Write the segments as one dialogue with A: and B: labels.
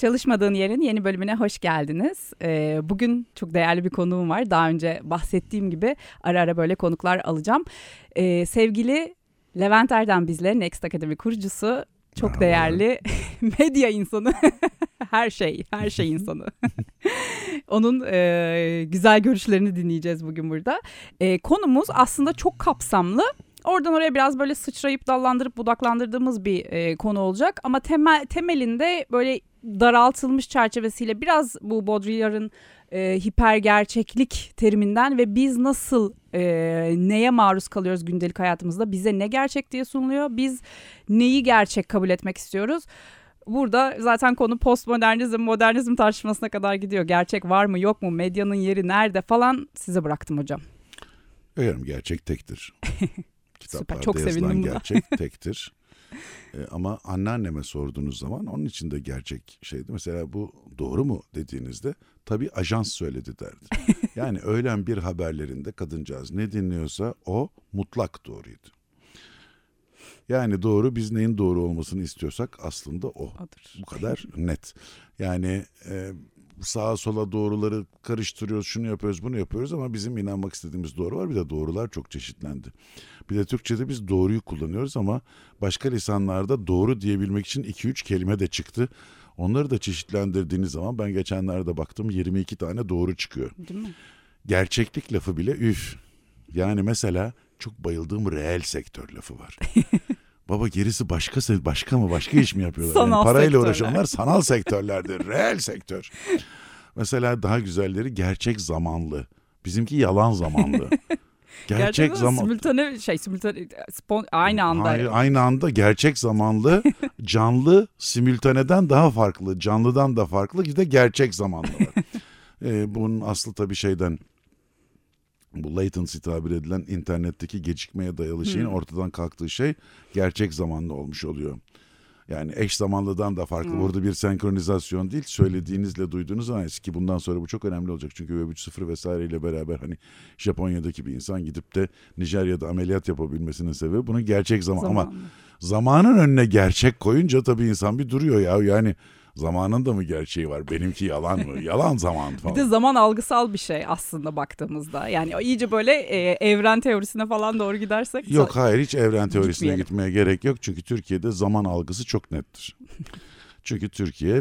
A: Çalışmadığın Yerin yeni bölümüne hoş geldiniz. Bugün çok değerli bir konuğum var. Daha önce bahsettiğim gibi ara ara böyle konuklar alacağım. Sevgili Levent Erdem bizle, Next Akademi kurucusu, çok değerli medya insanı, her şey insanı. Onun güzel görüşlerini dinleyeceğiz bugün burada. Konumuz aslında çok kapsamlı. Oradan oraya biraz böyle sıçrayıp dallandırıp budaklandırdığımız bir konu olacak. Ama temelinde böyle daraltılmış çerçevesiyle biraz bu Baudrillard'ın hipergerçeklik teriminden ve biz nasıl neye maruz kalıyoruz gündelik hayatımızda, bize ne gerçek diye sunuluyor, biz neyi gerçek kabul etmek istiyoruz. Burada zaten konu postmodernizm, modernizm tartışmasına kadar gidiyor. Gerçek var mı yok mu, medyanın yeri nerede falan size bıraktım hocam.
B: Efendim, gerçek tektir.
A: Süper, çok
B: yazılan
A: sevindim buna.
B: gerçek tektir. Ama anneanneme sorduğunuz zaman onun için de gerçek şeydi. Mesela bu doğru mu dediğinizde tabii ajans söyledi derdi. Yani öğlen bir haberlerinde kadıncağız ne dinliyorsa o mutlak doğruydu. Yani doğru, biz neyin doğru olmasını istiyorsak aslında o.
A: Odur.
B: Bu kadar net. Yani sağa sola doğruları karıştırıyoruz, şunu yapıyoruz, bunu yapıyoruz ama bizim inanmak istediğimiz doğru var. Bir de doğrular çok çeşitlendi. Bir de Türkçe'de biz doğruyu kullanıyoruz ama başka lisanlarda doğru diyebilmek için 2-3 kelime de çıktı. Onları da çeşitlendirdiğiniz zaman ben geçenlerde baktım 22 tane doğru çıkıyor.
A: Değil mi?
B: Gerçeklik lafı bile üf. Yani mesela çok bayıldığım reel sektör lafı var. Baba gerisi başka mı? Başka iş mi yapıyorlar?
A: Sanal
B: Yani parayla
A: sektörler.
B: uğraşanlar sanal sektörlerdir. Reel sektör. Mesela daha güzelleri gerçek zamanlı. Bizimki yalan zamanlı. Gerçek zaman.
A: Simultane aynı anda.
B: Hayır, aynı anda gerçek zamanlı, canlı simültaneden daha farklı, canlıdan da farklı, bir de gerçek zamanlı var. Bunun aslı tabii şeyden, bu latency tabir edilen internetteki gecikmeye dayalı şeyin ortadan kalktığı şey gerçek zamanlı olmuş oluyor. Yani eş zamanlıdan da farklı. Burada bir senkronizasyon değil, söylediğinizle duyduğunuz an ki bundan sonra bu çok önemli olacak. Çünkü Web 3.0 vesaireyle beraber hani Japonya'daki bir insan gidip de Nijerya'da ameliyat yapabilmesinin sebebi bunun gerçek zaman. Ama zamanın önüne gerçek koyunca tabii insan bir duruyor ya. Yani zamanın da mı gerçeği var? Benimki yalan mı? Yalan zaman falan.
A: Bir de zaman algısal bir şey aslında baktığımızda. Yani iyice böyle evren teorisine falan doğru gidersek.
B: Yok, hayır, hiç evren teorisine
A: gitmeyelim.
B: gitmeye gerek yok. Çünkü Türkiye'de zaman algısı çok nettir. Çünkü Türkiye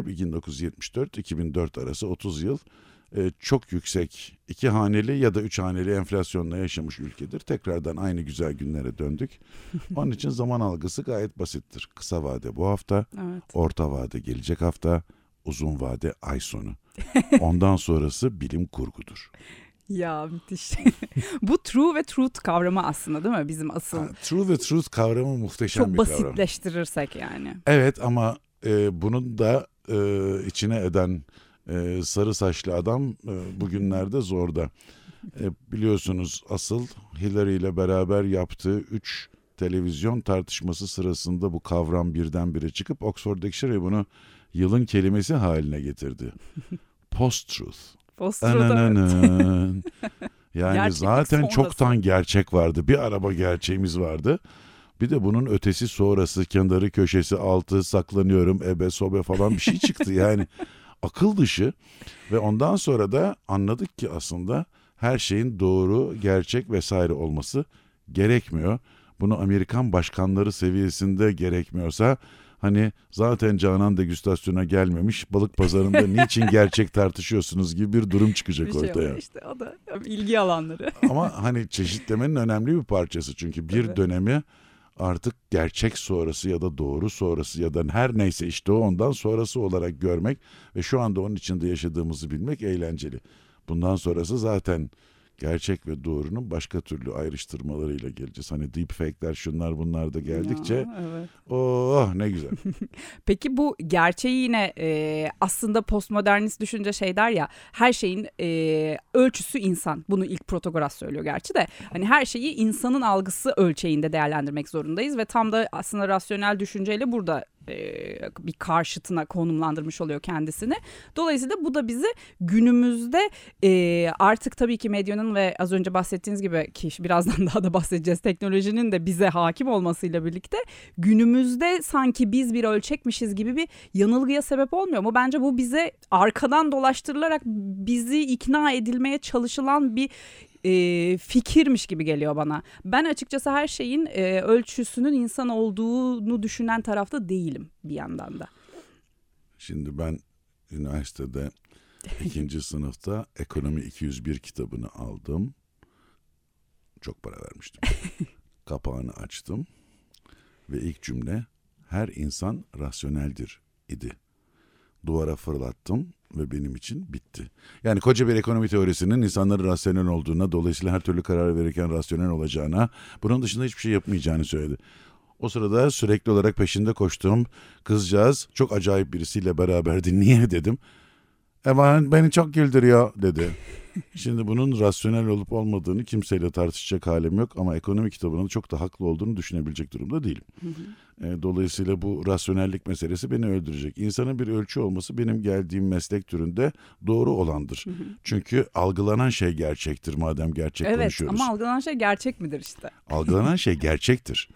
B: 1974-2004 arası 30 yıl çok yüksek 2 haneli ya da 3 haneli enflasyonla yaşamış ülkedir. Tekrardan aynı güzel günlere döndük. Onun için zaman algısı gayet basittir. Kısa vade bu hafta,
A: Evet.
B: orta vade gelecek hafta, uzun vade ay sonu. Ondan sonrası bilim kurgudur.
A: Ya müthiş. Bu true ve truth kavramı aslında değil mi? Bizim asıl
B: True ve truth kavramı muhteşem
A: çok
B: bir kavram.
A: basitleştirirsek yani.
B: Evet ama bunun da içine eden sarı saçlı adam bugünlerde zorda. Biliyorsunuz asıl Hillary ile beraber yaptığı 3 televizyon tartışması sırasında bu kavram birdenbire çıkıp Oxford Dictionary bunu yılın kelimesi haline getirdi. Post-truth.
A: Post-truth.
B: Yani
A: Gerçeklik
B: zaten
A: sonrası.
B: çoktan gerçek vardı. Bir araba gerçeğimiz vardı. Bir de bunun ötesi sonrası, kenarı köşesi altı, saklanıyorum, ebe sobe falan bir şey çıktı. Yani akıl dışı ve ondan sonra da anladık ki aslında her şeyin doğru, gerçek vesaire olması gerekmiyor. Bunu Amerikan başkanları seviyesinde gerekmiyorsa hani zaten Canan degüstasyona gelmemiş, balık pazarında niçin gerçek tartışıyorsunuz gibi bir durum çıkacak
A: Bir şey
B: ortaya.
A: oluyor işte, o da ilgi alanları.
B: Ama hani çeşitlemenin önemli bir parçası çünkü bir
A: Tabii.
B: dönemi artık gerçek sonrası ya da doğru sonrası ya da her neyse işte o ondan sonrası olarak görmek ve şu anda onun içinde yaşadığımızı bilmek eğlenceli. Bundan sonrası zaten gerçek ve doğrunun başka türlü ayrıştırmalarıyla geleceğiz. Hani deepfake'ler şunlar bunlar da geldikçe
A: Ya, evet.
B: oh ne güzel.
A: Peki bu gerçeği yine aslında postmodernist düşünce şey der ya, her şeyin ölçüsü insan. Bunu ilk Protagoras söylüyor gerçi de. Hani her şeyi insanın algısı ölçeğinde değerlendirmek zorundayız ve tam da aslında rasyonel düşünceyle burada bir karşıtına konumlandırmış oluyor kendisini. Dolayısıyla bu da bizi günümüzde artık tabii ki medyanın ve az önce bahsettiğiniz gibi ki birazdan daha da bahsedeceğiz, teknolojinin de bize hakim olmasıyla birlikte günümüzde sanki biz bir ölçekmişiz gibi bir yanılgıya sebep olmuyor mu? Bence bu bize arkadan dolaştırılarak bizi ikna edilmeye çalışılan bir fikirmiş gibi geliyor bana. Ben açıkçası her şeyin ölçüsünün insan olduğunu düşünen tarafta değilim bir yandan da.
B: Şimdi ben üniversitede 2. sınıfta Ekonomi 201 kitabını aldım. Çok para vermiştim. Kapağını açtım ve ilk cümle her insan rasyoneldir idi. Duvara fırlattım ve benim için bitti. Yani koca bir ekonomi teorisinin insanların rasyonel olduğuna, dolayısıyla her türlü karar verirken rasyonel olacağına, bunun dışında hiçbir şey yapmayacağını söyledi. O sırada sürekli olarak peşinde koştuğum kızcağız çok acayip birisiyle beraberdi. Niye dedim. Beni çok güldürüyor dedi. Şimdi bunun rasyonel olup olmadığını kimseyle tartışacak halim yok ama ekonomi kitabının çok da haklı olduğunu düşünebilecek durumda değilim. Dolayısıyla bu rasyonellik meselesi beni öldürecek. İnsanın bir ölçü olması benim geldiğim meslek türünde doğru olandır. Çünkü algılanan şey gerçektir madem gerçek konuşuyoruz.
A: Evet ama algılanan şey gerçek midir işte?
B: Algılanan şey gerçektir.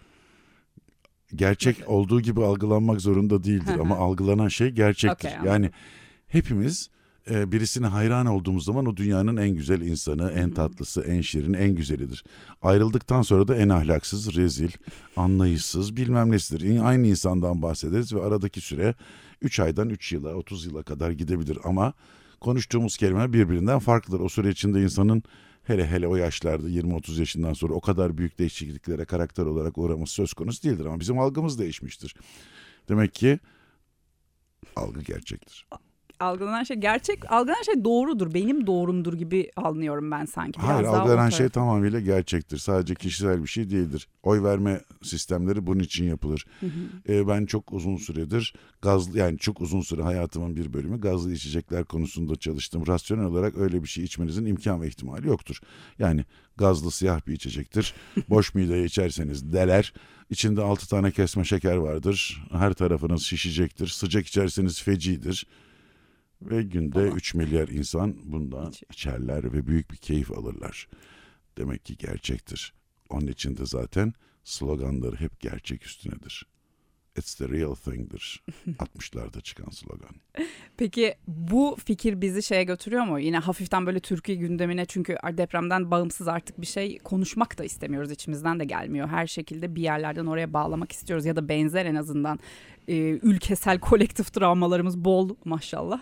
B: Gerçek olduğu gibi algılanmak zorunda değildir ama algılanan şey gerçektir.
A: Okay,
B: yani hepimiz birisine hayran olduğumuz zaman o dünyanın en güzel insanı, en tatlısı, en şirin, en güzelidir. Ayrıldıktan sonra da en ahlaksız, rezil, anlayışsız bilmem nesidir. Aynı insandan bahsederiz ve aradaki süre 3 aydan 3 yıla, 30 yıla kadar gidebilir ama konuştuğumuz kelimeler birbirinden farklıdır. O süre içinde insanın hele o yaşlarda 20-30 yaşından sonra o kadar büyük değişikliklere karakter olarak uğraması söz konusu değildir ama bizim algımız değişmiştir. Demek ki algı gerçektir.
A: Algılanan şey gerçek, algılanan şey doğrudur, benim doğrumdur gibi anlıyorum ben sanki.
B: Hayır, algılanan şey tamamıyla gerçektir. Sadece kişisel bir şey değildir. Oy verme sistemleri bunun için yapılır. Ben çok uzun süredir çok uzun süre hayatımın bir bölümü gazlı içecekler konusunda çalıştım. Rasyonel olarak öyle bir şey içmenizin imkan ve ihtimali yoktur. Yani gazlı siyah bir içecektir. Boş mideye içerseniz deler. İçinde 6 tane kesme şeker vardır. Her tarafınız şişecektir. Sıcak içerseniz fecidir. Ve günde 3 milyar insan bundan içerler ve büyük bir keyif alırlar. Demek ki gerçektir. Onun için de zaten sloganları hep gerçek üstünedir. It's the real thing'dir. 60'larda çıkan slogan.
A: Peki bu fikir bizi şeye götürüyor mu? Yine hafiften böyle Türkiye gündemine, çünkü depremden bağımsız artık bir şey konuşmak da istemiyoruz. İçimizden de gelmiyor. Her şekilde bir yerlerden oraya bağlamak istiyoruz ya da benzer en azından ülkesel kolektif travmalarımız bol maşallah.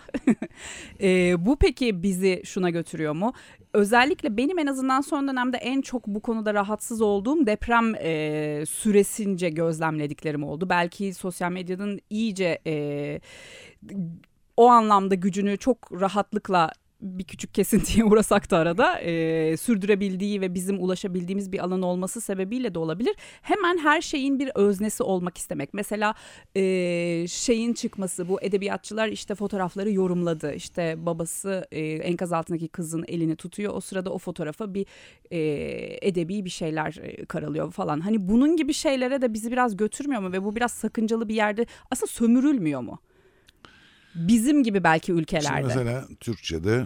A: Bu peki bizi şuna götürüyor mu? Özellikle benim en azından son dönemde en çok bu konuda rahatsız olduğum deprem süresince gözlemlediklerim oldu. Belki sosyal medyanın iyice o anlamda gücünü çok rahatlıkla bir küçük kesintiye uğrasak da arada sürdürebildiği ve bizim ulaşabildiğimiz bir alan olması sebebiyle de olabilir. Hemen her şeyin bir öznesi olmak istemek. Mesela şeyin çıkması, bu edebiyatçılar işte fotoğrafları yorumladı. İşte babası enkaz altındaki kızın elini tutuyor. O sırada o fotoğrafa bir edebi bir şeyler karalıyor falan. Hani bunun gibi şeylere de bizi biraz götürmüyor mu? Ve bu biraz sakıncalı bir yerde aslında sömürülmüyor mu? Bizim gibi belki ülkelerde.
B: Şimdi mesela Türkçe'de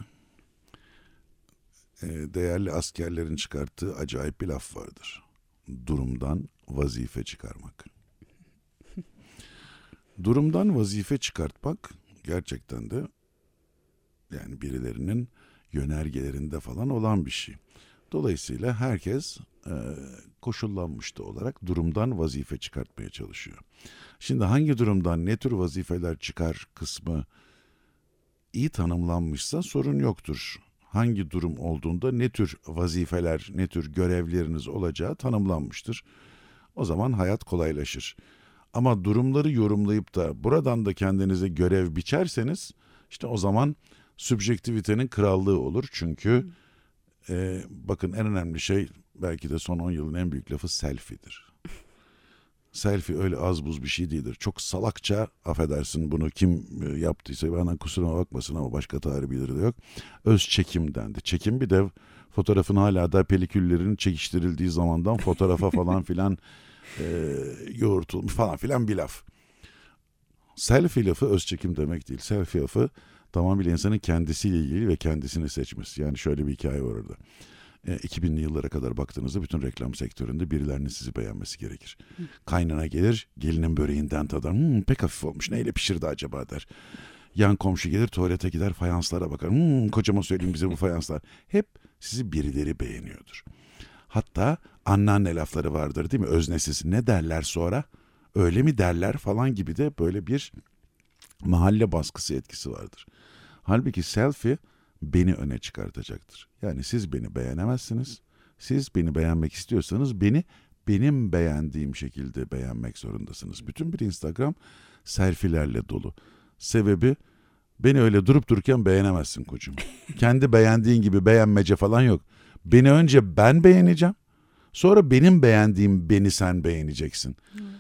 B: değerli askerlerin çıkarttığı acayip bir laf vardır. Durumdan vazife çıkarmak. Durumdan vazife çıkartmak gerçekten de yani birilerinin yönergelerinde falan olan bir şey. Dolayısıyla herkes koşullanmış da olarak durumdan vazife çıkartmaya çalışıyor. Şimdi hangi durumdan ne tür vazifeler çıkar kısmı iyi tanımlanmışsa sorun yoktur. Hangi durum olduğunda ne tür vazifeler, ne tür görevleriniz olacağı tanımlanmıştır. O zaman hayat kolaylaşır. Ama durumları yorumlayıp da buradan da kendinize görev biçerseniz işte o zaman sübjektivitenin krallığı olur. Çünkü bakın en önemli şey belki de son 10 yılın en büyük lafı selfie'dir. Selfie öyle az buz bir şey değildir. Çok salakça, affedersin bunu kim yaptıysa bana kusuruma bakmasın ama başka tarihileri de yok. Öz çekim dendi. Çekim bir de fotoğrafın hala da peliküllerin çekiştirildiği zamandan fotoğrafa falan filan yoğurtulmuş falan filan bir laf. Selfie lafı öz çekim demek değil. Selfie lafı tamamıyla insanın kendisiyle ilgili ve kendisini seçmesi. Yani şöyle bir hikaye var orada. 2000'li yıllara kadar baktığınızda bütün reklam sektöründe birilerinin sizi beğenmesi gerekir. Kaynana gelir, gelinin böreğinden tadar. Pek hafif olmuş, neyle pişirdi acaba der. Yan komşu gelir, tuvalete gider, fayanslara bakar. Kocama söyleyeyim bize bu fayanslar. Hep sizi birileri beğeniyordur. Hatta anneanne lafları vardır değil mi? Öznesiz ne derler sonra? Öyle mi derler falan gibi de böyle bir mahalle baskısı etkisi vardır. Halbuki selfie beni öne çıkartacaktır. Yani siz beni beğenemezsiniz. Siz beni beğenmek istiyorsanız beni benim beğendiğim şekilde beğenmek zorundasınız. Bütün bir Instagram selfie'lerle dolu. Sebebi beni öyle durup dururken beğenemezsin kocuğum. Kendi beğendiğin gibi beğenmece falan yok. Beni önce ben beğeneceğim. Sonra benim beğendiğim beni sen beğeneceksin.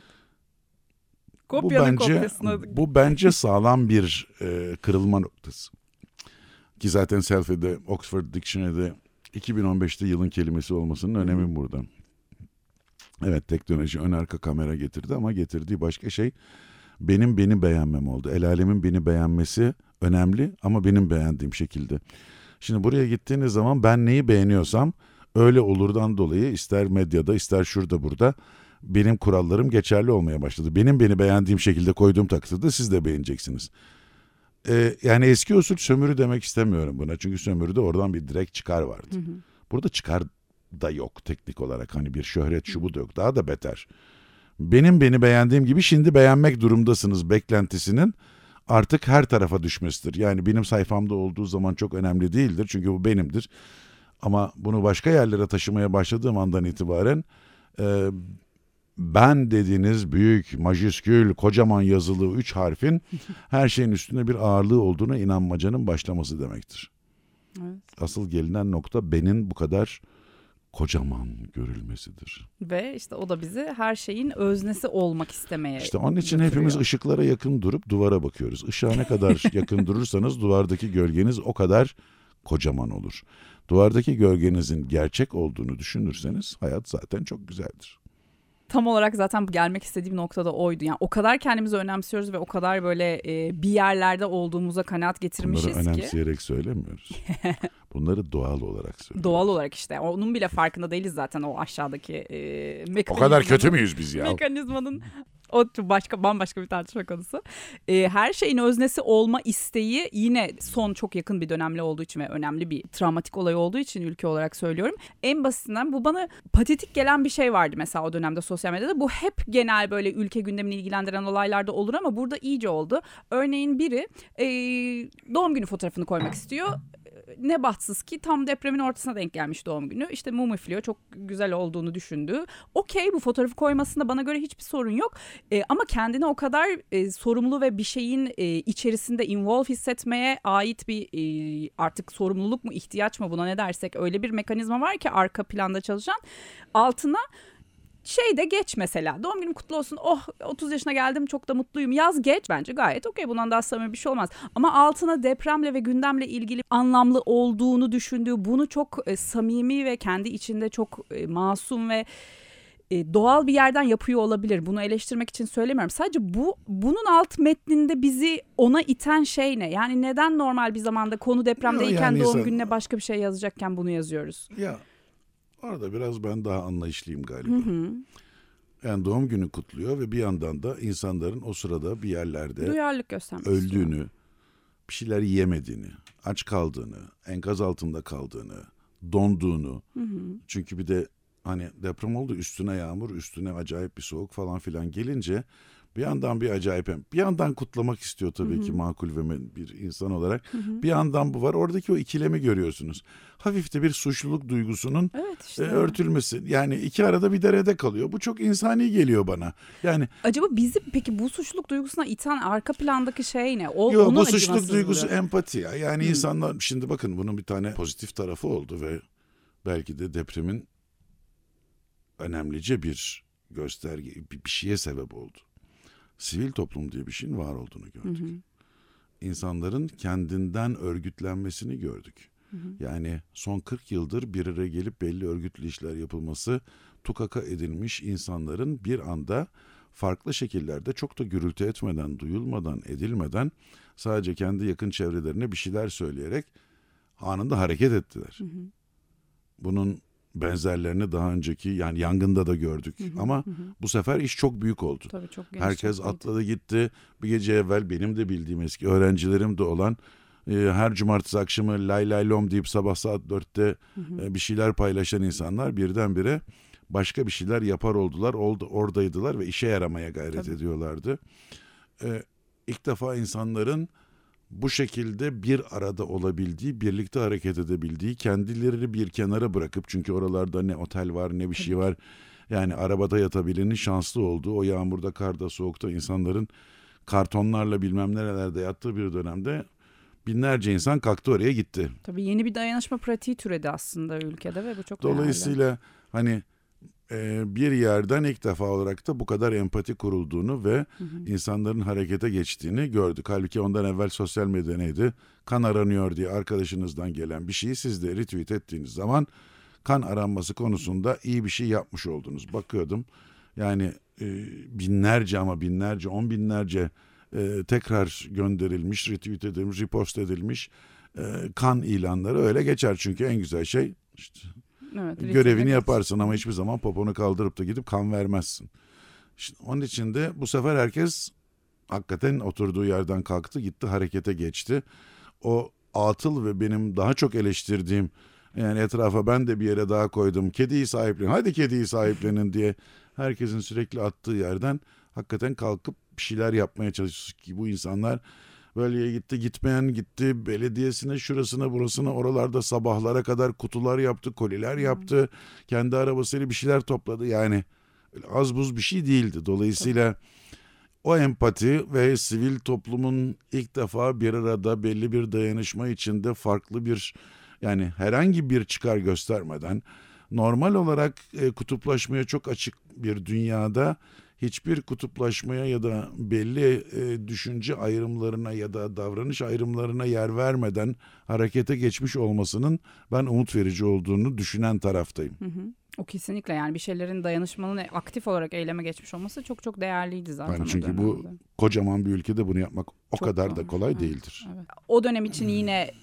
B: Bu bence sağlam bir kırılma noktası. Ki zaten selfie'de Oxford Dictionary'de 2015'te yılın kelimesi olmasının önemi burada. Evet, teknoloji ön arka kamera getirdi ama getirdiği başka şey benim beni beğenmem oldu. El alemin beni beğenmesi önemli ama benim beğendiğim şekilde. Şimdi buraya gittiğiniz zaman ben neyi beğeniyorsam öyle olurdan dolayı ister medyada ister şurada burada benim kurallarım geçerli olmaya başladı. Benim beni beğendiğim şekilde koyduğum takdirde siz de beğeneceksiniz. Yani eski usul sömürü demek istemiyorum buna. Çünkü sömürüde oradan bir direkt çıkar vardı. Burada çıkar da yok teknik olarak. Hani bir şöhret şu bu da yok. Daha da beter. Benim beni beğendiğim gibi şimdi beğenmek durumdasınız beklentisinin artık her tarafa düşmesidir. Yani benim sayfamda olduğu zaman çok önemli değildir. Çünkü bu benimdir. Ama bunu başka yerlere taşımaya başladığım andan itibaren ben dediğiniz büyük, majüskül, kocaman yazılı 3 harfin her şeyin üstünde bir ağırlığı olduğuna inanmacanın başlaması demektir. Evet. Asıl gelinen nokta benim bu kadar kocaman görülmesidir.
A: Ve işte o da bizi her şeyin öznesi olmak istemeye
B: İşte onun için hepimiz ışıklara yakın durup duvara bakıyoruz. Işığa ne kadar yakın durursanız duvardaki gölgeniz o kadar kocaman olur. Duvardaki gölgenizin gerçek olduğunu düşünürseniz hayat zaten çok güzeldir.
A: Tam olarak zaten gelmek istediğim noktada oydu. Yani o kadar kendimizi önemsiyoruz ve o kadar böyle bir yerlerde olduğumuza kanaat getirmişiz ki.
B: Bunları önemseyerek söylemiyoruz. Bunları doğal olarak söylüyoruz.
A: Doğal olarak işte. Onun bile farkında değiliz zaten o aşağıdaki mekanizmanın.
B: O kadar kötü müyüz biz ya?
A: Mekanizmanın o bambaşka bir tartışma konusu. Her şeyin öznesi olma isteği yine son çok yakın bir dönemle olduğu için ve önemli bir travmatik olay olduğu için ülke olarak söylüyorum. En basitinden bu bana patetik gelen bir şey vardı mesela o dönemde sosyal medyada. Bu hep genel böyle ülke gündemini ilgilendiren olaylarda olur ama burada iyice oldu. Örneğin biri doğum günü fotoğrafını koymak istiyor. Ne bahtsız ki tam depremin ortasına denk gelmiş doğum günü. İşte mum üflüyor. Çok güzel olduğunu düşündü. Okey, bu fotoğrafı koymasında bana göre hiçbir sorun yok. Ama kendini o kadar sorumlu ve bir şeyin içerisinde involve hissetmeye ait bir artık sorumluluk mu ihtiyaç mı buna ne dersek öyle bir mekanizma var ki arka planda çalışan altına şey de geç mesela. Doğum günüm kutlu olsun. Oh 30 yaşına geldim çok da mutluyum. Yaz geç bence gayet okey. Bundan daha samimi bir şey olmaz. Ama altına depremle ve gündemle ilgili anlamlı olduğunu düşündüğü bunu çok samimi ve kendi içinde çok masum ve doğal bir yerden yapıyor olabilir. Bunu eleştirmek için söylemiyorum. Sadece bunun alt metninde bizi ona iten şey ne? Yani neden normal bir zamanda konu depremdeyken yani doğum gününe başka bir şey yazacakken bunu yazıyoruz?
B: Ya orada biraz ben daha anlayışlıyım galiba. Yani doğum günü kutluyor ve bir yandan da insanların o sırada bir yerlerde
A: duyarlılık göstermek
B: öldüğünü,
A: istiyor.
B: Bir şeyler yiyemediğini, aç kaldığını, enkaz altında kaldığını, donduğunu. Çünkü bir de hani deprem oldu, üstüne yağmur, üstüne acayip bir soğuk falan filan gelince bir yandan bir acayip, bir yandan kutlamak istiyor tabii ki makul ve bir insan olarak. Bir yandan bu var. Oradaki o ikilemi görüyorsunuz. Hafif de bir suçluluk duygusunun örtülmesi. Yani iki arada bir derede kalıyor. Bu çok insani geliyor bana. Yani
A: acaba bizi peki bu suçluluk duygusuna iten arka plandaki şey ne?
B: Yok, bu suçluluk duygusu empati ya. Yani insanlar şimdi bakın bunun bir tane pozitif tarafı oldu ve belki de depremin önemlice bir gösterge, bir şeye sebep oldu. Sivil toplum diye bir şeyin var olduğunu gördük. İnsanların kendinden örgütlenmesini gördük. Yani son 40 yıldır bir araya gelip belli örgütlü işler yapılması tukaka edilmiş insanların bir anda farklı şekillerde çok da gürültü etmeden, duyulmadan, edilmeden sadece kendi yakın çevrelerine bir şeyler söyleyerek anında hareket ettiler. Bunun benzerlerini daha önceki yani yangında da gördük. Ama bu sefer iş çok büyük oldu.
A: Tabii çok geniş,
B: Herkes
A: çok
B: atladı gitti. Bir gece evvel benim de bildiğim eski öğrencilerim de olan her cumartesi akşamı lay lay lom deyip sabah saat 4'te bir şeyler paylaşan insanlar birdenbire başka bir şeyler yapar oldular. Oradaydılar ve işe yaramaya gayret ediyorlardı. İlk defa insanların bu şekilde bir arada olabildiği, birlikte hareket edebildiği, kendilerini bir kenara bırakıp, çünkü oralarda ne otel var ne bir şey var. Yani arabada yatabilenin şanslı olduğu, o yağmurda, karda, soğukta insanların kartonlarla bilmem nerelerde yattığı bir dönemde binlerce insan kalktı oraya gitti.
A: Tabii yeni bir dayanışma pratiği türedi aslında ülkede ve bu çok
B: Dolayısıyla
A: değerli.
B: hani bir yerden ilk defa olarak da bu kadar empati kurulduğunu ve insanların harekete geçtiğini gördük. Halbuki ondan evvel sosyal medya neydi? Kan aranıyor diye arkadaşınızdan gelen bir şeyi siz de retweet ettiğiniz zaman kan aranması konusunda iyi bir şey yapmış oldunuz. Bakıyordum yani binlerce ama binlerce, on binlerce tekrar gönderilmiş, retweet edilmiş, repost edilmiş kan ilanları öyle geçer. Çünkü en güzel şey işte görevini yaparsın ama hiçbir zaman poponu kaldırıp da gidip kan vermezsin. İşte onun için de bu sefer herkes hakikaten oturduğu yerden kalktı, gitti, harekete geçti. O atıl ve benim daha çok eleştirdiğim, yani etrafa ben de bir yere daha koydum, kediyi sahiplenin, hadi kediyi sahiplenin diye herkesin sürekli attığı yerden hakikaten kalkıp bir şeyler yapmaya çalışıyor ki bu insanlar böyle gitti, gitmeyen gitti, belediyesine, şurasına, burasına, oralarda sabahlara kadar kutular yaptı, koliler yaptı, kendi arabasıyla bir şeyler topladı. Yani az buz bir şey değildi. Dolayısıyla o empati ve sivil toplumun ilk defa bir arada belli bir dayanışma içinde farklı bir, yani herhangi bir çıkar göstermeden normal olarak kutuplaşmaya çok açık bir dünyada hiçbir kutuplaşmaya ya da belli düşünce ayrımlarına ya da davranış ayrımlarına yer vermeden harekete geçmiş olmasının ben umut verici olduğunu düşünen taraftayım.
A: O kesinlikle, yani bir şeylerin, dayanışmanın aktif olarak eyleme geçmiş olması çok çok değerliydi zaten.
B: Yani çünkü bu kocaman bir ülkede bunu yapmak o çok kadar da kolay değildir.
A: Evet. O dönem için yine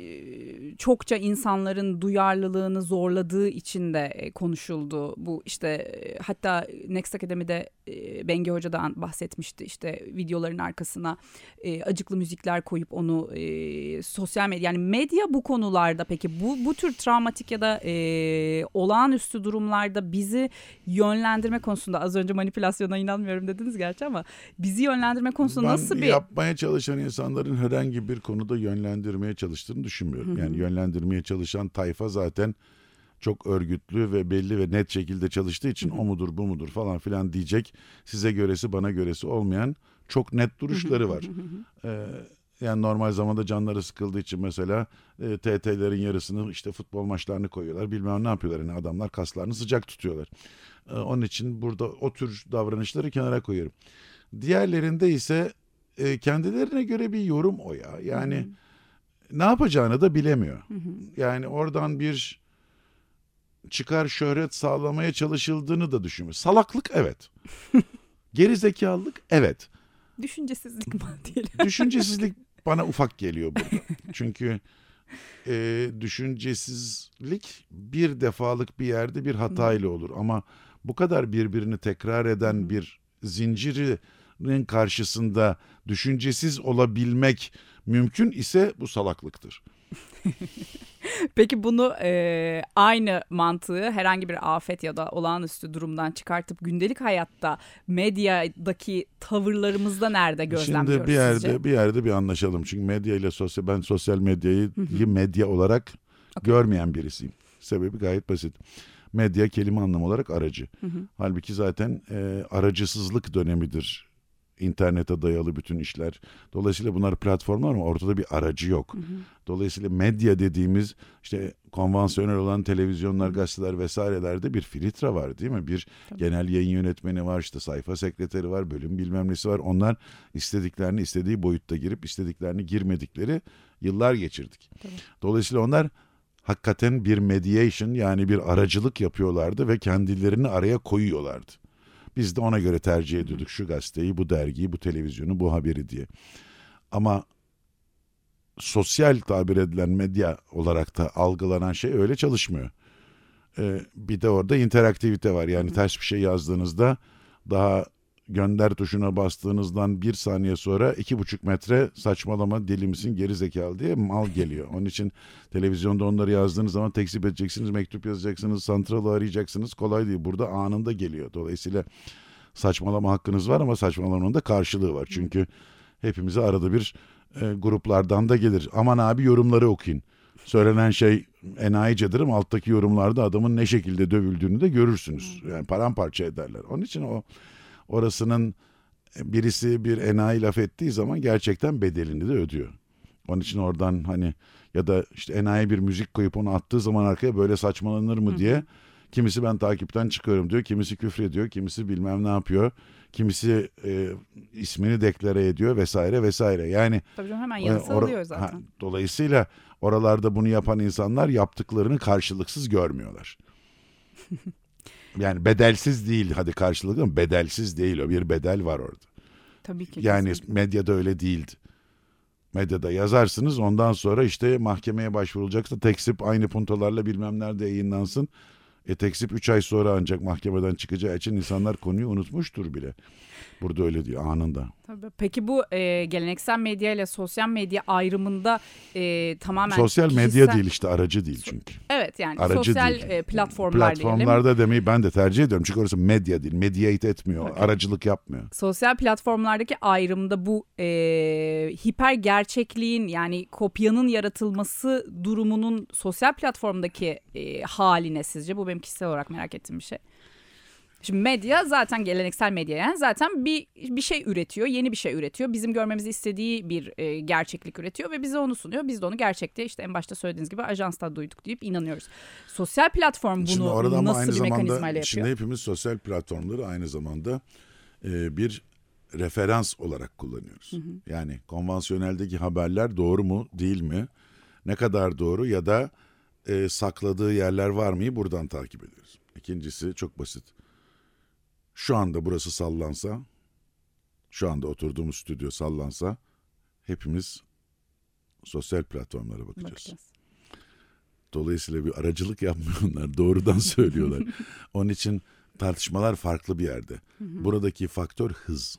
A: çokça insanların duyarlılığını zorladığı için de konuşuldu. Bu işte hatta Next Academy'de Bengi Hoca'dan bahsetmişti. İşte videoların arkasına acıklı müzikler koyup onu sosyal medya, yani medya bu konularda, peki bu tür travmatik ya da olağanüstü durumlarda bizi yönlendirme konusunda, az önce manipülasyona inanmıyorum dediniz gerçi ama bizi yönlendirme konusunda nasıl bir...
B: Yapmaya çalışan insanların herhangi bir konuda yönlendirmeye çalıştığını düşünmüyorum. Yani yönlendirmeye çalışan tayfa zaten çok örgütlü ve belli ve net şekilde çalıştığı için o mudur bu mudur falan filan diyecek, size göresi bana göresi olmayan çok net duruşları var. Yani normal zamanda canları sıkıldığı için mesela TT'lerin yarısını işte futbol maçlarını koyuyorlar, bilmem ne yapıyorlar, yani adamlar kaslarını sıcak tutuyorlar. Onun için burada o tür davranışları kenara koyuyorum. Diğerlerinde ise kendilerine göre bir yorum o ya. Yani ne yapacağını da bilemiyor. Yani oradan bir çıkar, şöhret sağlamaya çalışıldığını da düşünmüyor. Salaklık evet. Gerizekalılık evet.
A: Düşüncesizlik mi diyelim?
B: Düşüncesizlik bana ufak geliyor burada. Çünkü düşüncesizlik bir defalık bir yerde bir hatayla olur. Ama bu kadar birbirini tekrar eden bir zincirin karşısında düşüncesiz olabilmek mümkün ise bu salaklıktır.
A: Peki bunu aynı mantığı herhangi bir afet ya da olağanüstü durumdan çıkartıp gündelik hayatta, medyadaki tavırlarımızda nerede gözlemliyoruz sizce?
B: Şimdi bir yerde bir anlaşalım. Çünkü medya ile ben sosyal medyayı medya olarak görmeyen birisiyim. Sebebi gayet basit. Medya kelime anlamı olarak aracı. Halbuki zaten aracısızlık dönemidir. İnternete dayalı bütün işler. Dolayısıyla bunlar platformlar ama ortada bir aracı yok. Dolayısıyla medya dediğimiz işte konvansiyonel olan televizyonlar, gazeteler vesairelerde bir filtre var değil mi? Bir genel yayın yönetmeni var, işte sayfa sekreteri var, bölüm bilmem nesi var. Onlar istediklerini istediği boyutta girip istediklerini girmedikleri yıllar geçirdik. Dolayısıyla onlar hakikaten bir mediation, yani bir aracılık yapıyorlardı ve kendilerini araya koyuyorlardı. Biz de ona göre tercih ediyorduk şu gazeteyi, bu dergiyi, bu televizyonu, bu haberi diye. Ama sosyal tabir edilen medya olarak da algılanan şey öyle çalışmıyor. Bir de orada interaktivite var. Yani ters bir şey yazdığınızda daha gönder tuşuna bastığınızdan 1 saniye sonra 2,5 metre saçmalama deli misin geri zekalı diye mal geliyor. Onun için televizyonda onları yazdığınız zaman tekzip edeceksiniz, mektup yazacaksınız, santralı arayacaksınız. Kolay değil. Burada anında geliyor. Dolayısıyla saçmalama hakkınız var ama saçmalamanın da karşılığı var. Çünkü hepimize arada bir gruplardan da gelir. Aman abi yorumları okuyun. Söylenen şey enayicedir ama alttaki yorumlarda adamın ne şekilde dövüldüğünü de görürsünüz. Yani paramparça ederler. Onun için orasının birisi bir enayi laf ettiği zaman gerçekten bedelini de ödüyor. Onun için oradan hani ya da işte enayi bir müzik koyup onu attığı zaman arkaya böyle saçmalanır mı diye kimisi ben takipten çıkıyorum diyor, kimisi küfrediyor, kimisi bilmem ne yapıyor, kimisi ismini deklare ediyor vesaire vesaire. Yani
A: tabii canım, hemen yanısı alıyor zaten.
B: Dolayısıyla oralarda bunu yapan insanlar yaptıklarını karşılıksız görmüyorlar. Yani bedelsiz değil, hadi karşılıklı ama bedelsiz değil, o bir bedel var orada.
A: Tabii ki.
B: Yani
A: kesinlikle.
B: medyada öyle değildi. Medyada yazarsınız, ondan sonra işte mahkemeye başvurulacaksa tekzip aynı puntolarla bilmem nerede yayınlansın. Tekzip 3 ay sonra ancak mahkemeden çıkacağı için insanlar konuyu unutmuştur bile. Burada öyle diyor anında.
A: Tabii. Peki bu geleneksel medya ile sosyal medya ayrımında tamamen
B: sosyal medya
A: kişisel...
B: değil işte, aracı değil çünkü.
A: Evet, yani
B: aracı
A: sosyal
B: değil.
A: platformlarda
B: diyelim. Demeyi ben de tercih ediyorum. Çünkü orası medya değil. Mediate etmiyor.
A: Okay.
B: Aracılık yapmıyor.
A: Sosyal platformlardaki ayrımda bu hiper gerçekliğin, yani kopyanın yaratılması durumunun sosyal platformdaki haline sizce? Bu benim kişisel olarak merak ettiğim bir şey. Şimdi medya zaten, geleneksel medya yani zaten bir şey üretiyor, yeni bir şey üretiyor. Bizim görmemizi istediği bir gerçeklik üretiyor ve bize onu sunuyor. Biz de onu gerçekte işte en başta söylediğiniz gibi ajansta duyduk deyip inanıyoruz. Sosyal platform bunu nasıl bir mekanizmayla yapıyor?
B: Şimdi hepimiz sosyal platformları aynı zamanda bir referans olarak kullanıyoruz. Yani konvansiyoneldeki haberler doğru mu değil mi? Ne kadar doğru ya da sakladığı yerler var mı? Buradan takip ediyoruz. İkincisi çok basit. Şu anda burası sallansa, şu anda oturduğumuz stüdyo sallansa hepimiz sosyal platformlara bakacağız. Dolayısıyla bir aracılık yapmıyorlar, doğrudan söylüyorlar. Onun için tartışmalar farklı bir yerde. Buradaki faktör hız.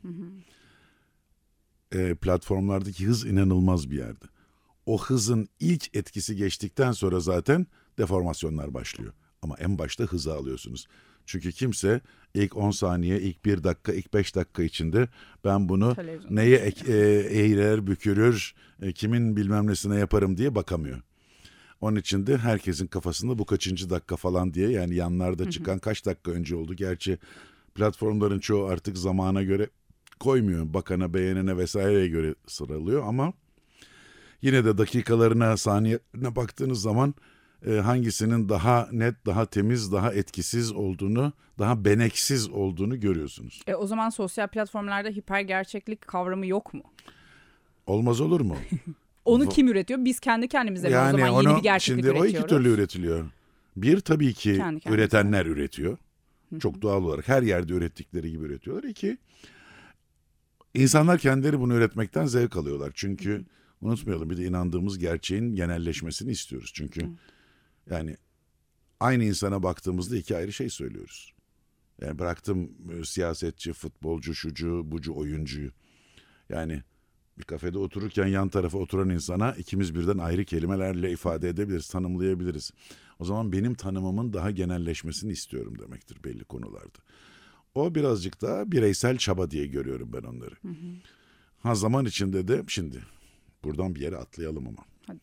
B: Platformlardaki hız inanılmaz bir yerde. O hızın ilk etkisi geçtikten sonra zaten deformasyonlar başlıyor. Ama en başta hızı alıyorsunuz. Çünkü kimse ilk 10 saniye, ilk 1 dakika, ilk 5 dakika içinde ben bunu neye eğilir, bükürür, kimin bilmem nesine yaparım diye bakamıyor. Onun için de herkesin kafasında bu kaçıncı dakika falan diye, yani yanlarda çıkan kaç dakika önce oldu. Gerçi platformların çoğu artık zamana göre koymuyor. Bakana, beğenene vesaireye göre sıralıyor ama yine de dakikalarına, saniyelerine baktığınız zaman hangisinin daha net, daha temiz, daha etkisiz olduğunu, daha beneksiz olduğunu görüyorsunuz.
A: O zaman sosyal platformlarda hiper gerçeklik kavramı yok mu?
B: Olmaz olur mu?
A: Onu kim üretiyor? Biz kendi kendimize mi o zaman yeni bir gerçeklik
B: şimdi
A: üretiyoruz?
B: O iki türlü üretiliyor. Bir, tabii ki
A: kendi
B: üretenler üretiyor. Çok doğal olarak her yerde ürettikleri gibi üretiyorlar. İki, insanlar kendileri bunu üretmekten zevk alıyorlar. Çünkü unutmayalım, bir de inandığımız gerçeğin genelleşmesini istiyoruz. Çünkü yani aynı insana baktığımızda iki ayrı şey söylüyoruz. Yani bıraktım siyasetçi, futbolcu, şucu, bucu, oyuncuyu. Yani bir kafede otururken yan tarafa oturan insana ikimiz birden ayrı kelimelerle ifade edebiliriz, tanımlayabiliriz. O zaman benim tanımımın daha genelleşmesini istiyorum demektir belli konularda. O birazcık daha bireysel çaba diye görüyorum ben onları. Zaman içinde de şimdi buradan bir yere atlayalım ama.
A: Hadi.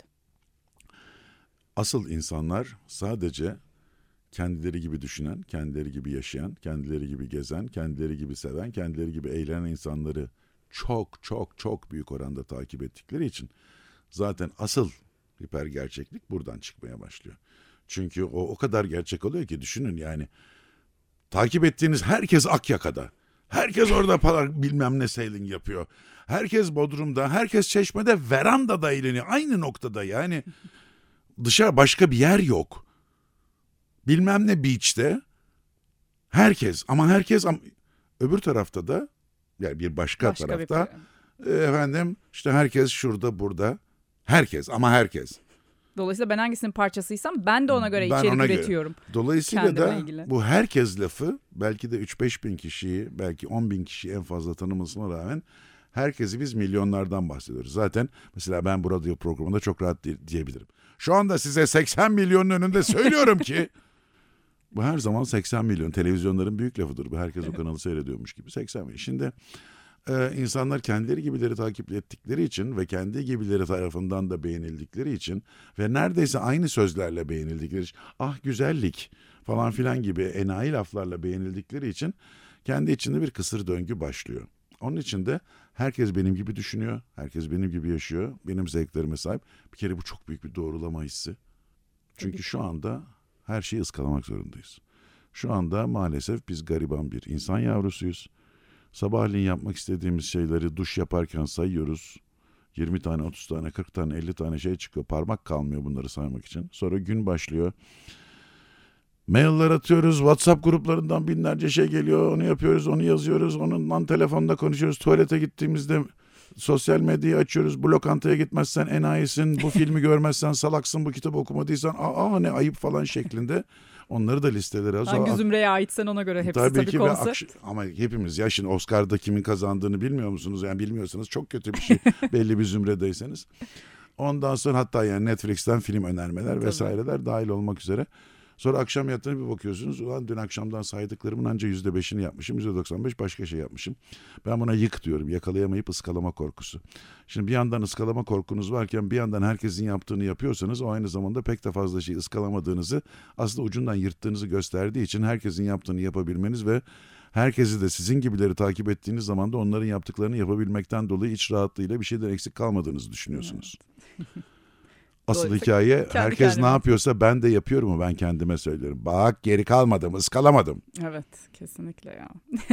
B: Asıl insanlar sadece kendileri gibi düşünen, kendileri gibi yaşayan, kendileri gibi gezen, kendileri gibi seven, kendileri gibi eğlenen insanları çok çok çok büyük oranda takip ettikleri için zaten asıl hiper gerçeklik buradan çıkmaya başlıyor. Çünkü o kadar gerçek oluyor ki, düşünün yani takip ettiğiniz herkes Akyaka'da. Herkes orada bilmem ne sailing yapıyor. Herkes Bodrum'da, herkes Çeşme'de, verandada eğleniyor. Aynı noktada yani. Dışarı başka bir yer yok. Bilmem ne beach'te Herkes ama öbür tarafta da yani bir başka tarafta efendim işte herkes şurada burada. Herkes ama herkes.
A: Dolayısıyla ben hangisinin parçasıysam ben de ona göre içerik üretiyorum.
B: Dolayısıyla da bu herkes lafı belki de 3-5 bin kişiyi, belki 10 bin kişiyi en fazla tanımasına rağmen herkesi biz milyonlardan bahsediyoruz. Zaten mesela ben bu radyo programında çok rahat diyebilirim. Şu anda size 80 milyonun önünde söylüyorum ki bu her zaman 80 milyon. Televizyonların büyük lafıdır. Bu herkes o kanalı seyrediyormuş gibi 80 milyon. Şimdi insanlar kendileri gibileri takip ettikleri için ve kendi gibileri tarafından da beğenildikleri için ve neredeyse aynı sözlerle beğenildikleri için ah güzellik falan filan gibi enayi laflarla beğenildikleri için kendi içinde bir kısır döngü başlıyor. Onun için de herkes benim gibi düşünüyor, herkes benim gibi yaşıyor, benim zevklerime sahip. Bir kere bu çok büyük bir doğrulama hissi. Çünkü şu anda her şeyi ıskalamak zorundayız. Şu anda maalesef biz gariban bir insan yavrusuyuz. Sabahleyin yapmak istediğimiz şeyleri duş yaparken sayıyoruz. 20 tane, 30 tane, 40 tane, 50 tane şey çıkıyor. Parmak kalmıyor bunları saymak için. Sonra gün başlıyor. Mailler atıyoruz. WhatsApp gruplarından binlerce şey geliyor. Onu yapıyoruz, onu yazıyoruz. Onunla telefonda konuşuyoruz. Tuvalete gittiğimizde sosyal medyayı açıyoruz. Bu lokantaya gitmezsen enayisin. Bu filmi görmezsen salaksın. Bu kitabı okumadıysan ne ayıp falan şeklinde. Onları da listelere az.
A: Hangi zümreye aitsen ona göre hepsi tabii konsept.
B: Ama hepimiz ya şimdi Oscar'da kimin kazandığını bilmiyor musunuz? Yani bilmiyorsanız çok kötü bir şey belli bir zümredeyseniz. Ondan sonra hatta yani Netflix'ten film önermeler vesaireler dahil olmak üzere. Sonra akşam yattığına bir bakıyorsunuz. Ulan dün akşamdan saydıklarımın anca %5'ini yapmışım. %95 başka şey yapmışım. Ben buna yık diyorum. Yakalayamayıp ıskalama korkusu. Şimdi bir yandan ıskalama korkunuz varken bir yandan herkesin yaptığını yapıyorsanız o aynı zamanda pek de fazla şey ıskalamadığınızı aslında ucundan yırttığınızı gösterdiği için herkesin yaptığını yapabilmeniz ve herkesi de sizin gibileri takip ettiğiniz zaman da onların yaptıklarını yapabilmekten dolayı iç rahatlığıyla bir şeyden eksik kalmadığınızı düşünüyorsunuz. Evet. Asıl hikaye herkes ne yapıyorsa ben de yapıyorum mu ben kendime söylüyorum. Bak geri kalmadım, ıskalamadım.
A: Evet kesinlikle ya.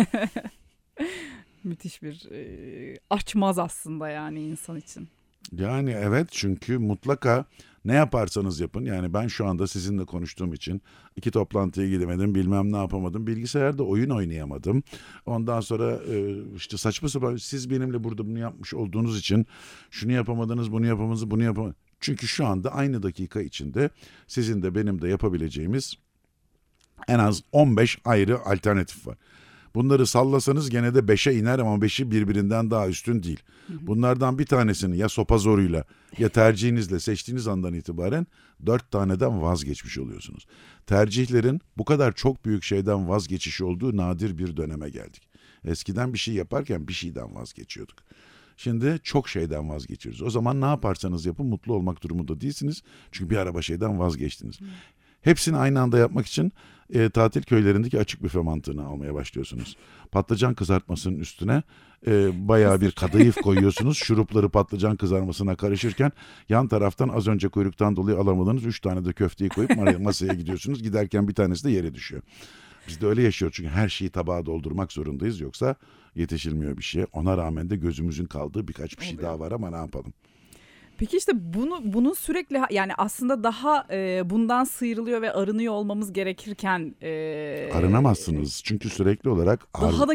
A: Müthiş bir açmaz aslında yani insan için.
B: Yani evet çünkü mutlaka ne yaparsanız yapın. Yani ben şu anda sizinle konuştuğum için 2 toplantıya gidemedim, bilmem ne yapamadım. Bilgisayarda oyun oynayamadım. Ondan sonra işte saçma sapan siz benimle burada bunu yapmış olduğunuz için şunu yapamadınız, bunu yapamadınız, bunu yapamadınız. Çünkü şu anda aynı dakika içinde sizin de benim de yapabileceğimiz en az 15 ayrı alternatif var. Bunları sallasanız gene de 5'e iner ama 5'i birbirinden daha üstün değil. Bunlardan bir tanesini ya sopa zoruyla ya tercihinizle seçtiğiniz andan itibaren 4 taneden vazgeçmiş oluyorsunuz. Tercihlerin bu kadar çok büyük şeyden vazgeçiş olduğu nadir bir döneme geldik. Eskiden bir şey yaparken bir şeyden vazgeçiyorduk. Şimdi çok şeyden vazgeçiyoruz. O zaman ne yaparsanız yapın mutlu olmak durumunda değilsiniz. Çünkü bir araba şeyden vazgeçtiniz. Hepsini aynı anda yapmak için tatil köylerindeki açık büfe mantığını almaya başlıyorsunuz. Patlıcan kızartmasının üstüne bayağı bir kadayıf koyuyorsunuz. Şurupları patlıcan kızarmasına karışırken yan taraftan az önce kuyruktan dolayı alamadığınız 3 tane de köfteyi koyup masaya gidiyorsunuz. Giderken bir tanesi de yere düşüyor. Biz de öyle yaşıyoruz çünkü her şeyi tabağa doldurmak zorundayız yoksa yetişilmiyor bir şeye. Ona rağmen de gözümüzün kaldığı birkaç bir şey daha var ama ne yapalım?
A: Peki işte bunun sürekli yani aslında daha bundan sıyrılıyor ve arınıyor olmamız gerekirken
B: arınamazsınız çünkü sürekli olarak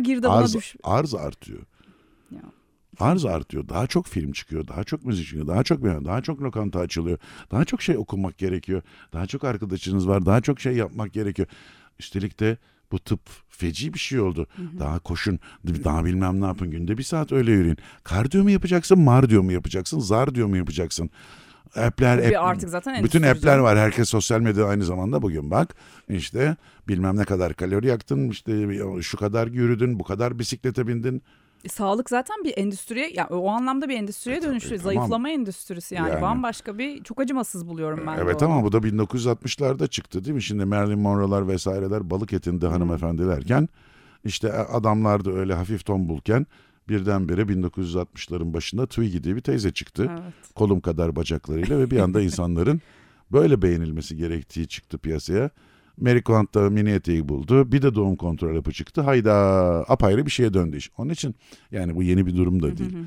B: arz artıyor. Ya. Arz artıyor. Daha çok film çıkıyor, daha çok müzik çıkıyor, daha çok lokanta açılıyor, daha çok şey okumak gerekiyor, daha çok arkadaşınız var, daha çok şey yapmak gerekiyor. Üstelik de bu tıp feci bir şey oldu. Daha koşun, daha bilmem ne yapın, günde 1 saat öyle yürüyün. Kardiyo mu yapacaksın, mardiyo mu yapacaksın, zardiyo mu yapacaksın?
A: Artık zaten
B: bütün app'ler var. Herkes sosyal medya aynı zamanda bugün bak. İşte bilmem ne kadar kalori yaktın, işte şu kadar yürüdün, bu kadar bisiklete bindin.
A: Sağlık zaten bir endüstriye, yani o anlamda bir endüstriye dönüşüyor. Tamam. Zayıflama endüstrisi yani bambaşka bir, çok acımasız buluyorum ben.
B: Evet ama bu da 1960'larda çıktı değil mi? Şimdi Marilyn Monroe'lar vesaireler balık etinde hanımefendilerken işte adamlar da öyle hafif tombulken birdenbire 1960'ların başında Twiggy diye bir teyze çıktı. Evet. Kolum kadar bacaklarıyla ve bir anda insanların böyle beğenilmesi gerektiği çıktı piyasaya. Mary Quant da mini eteği buldu. Bir de doğum kontrol hapı çıktı. Hayda, apayrı bir şeye döndü iş. Onun için yani bu yeni bir durum da değil.